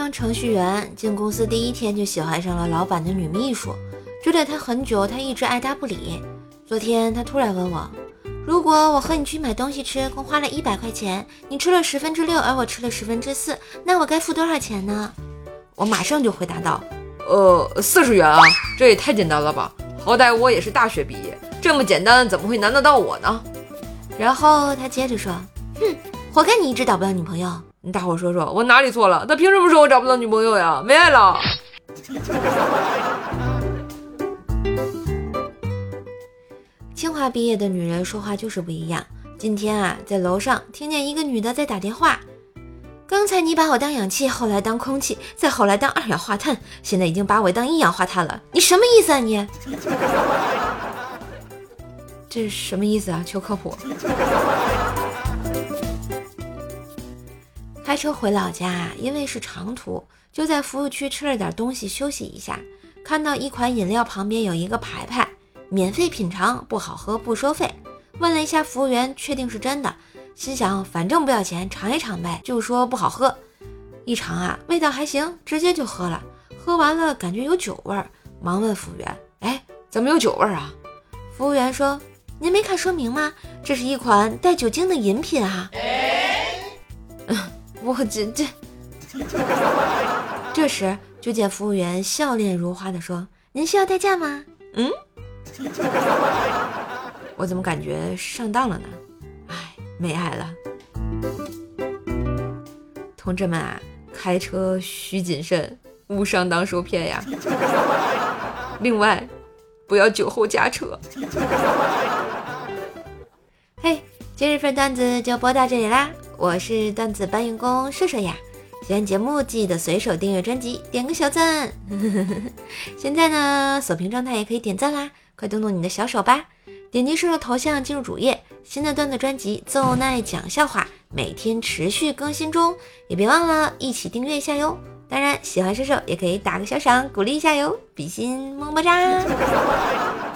当程序员进公司第一天就喜欢上了老板的女秘书，追了她很久，她一直爱答不理。昨天她突然问我，如果我和你去买东西吃，共花了100块钱，你吃了6%，而我吃了4%，那我该付多少钱呢？我马上就回答道 ，40元啊，这也太简单了吧，好歹我也是大学毕业，这么简单怎么会难得到我呢？ 然后她接着说，活该你一直找不到女朋友。 大伙说说我哪里错了？他凭什么说我找不到女朋友呀？没爱了。 清华毕业的女人说话就是不一样。今天啊，在楼上听见一个女的在打电话，刚才你把我当氧气，后来当空气，再后来当二氧化碳，现在已经把我当一氧化碳了，你什么意思啊你？ 这什么意思啊？求科普。 开车回老家，因为是长途，就在服务区吃了点东西休息一下，看到一款饮料旁边有一个牌牌，免费品尝，不好喝不收费。问了一下服务员，确定是真的，心想反正不要钱，尝一尝呗，就说不好喝。一尝啊，味道还行，直接就喝了。喝完了感觉有酒味儿，忙问服务员， 怎么有酒味儿啊？ 服务员说，您没看说明吗？这是一款带酒精的饮品啊。 我这时就见服务员笑脸如花地说，您需要代驾吗？ 我怎么感觉上当了呢？没爱了。同志们啊，开车需谨慎，勿上当受骗呀。另外，不要酒后驾车。 嘿，今日份段子就播到这里啦，我是段子搬运工射射呀。喜欢节目记得随手订阅专辑，点个小赞。现在呢，锁屏状态也可以点赞啦，快动动你的小手吧。点击射手头像进入主页，新的段子专辑奏奈讲笑话每天持续更新中，也别忘了一起订阅一下哟。当然喜欢射手也可以打个小赏鼓励一下哟，比心么么哒。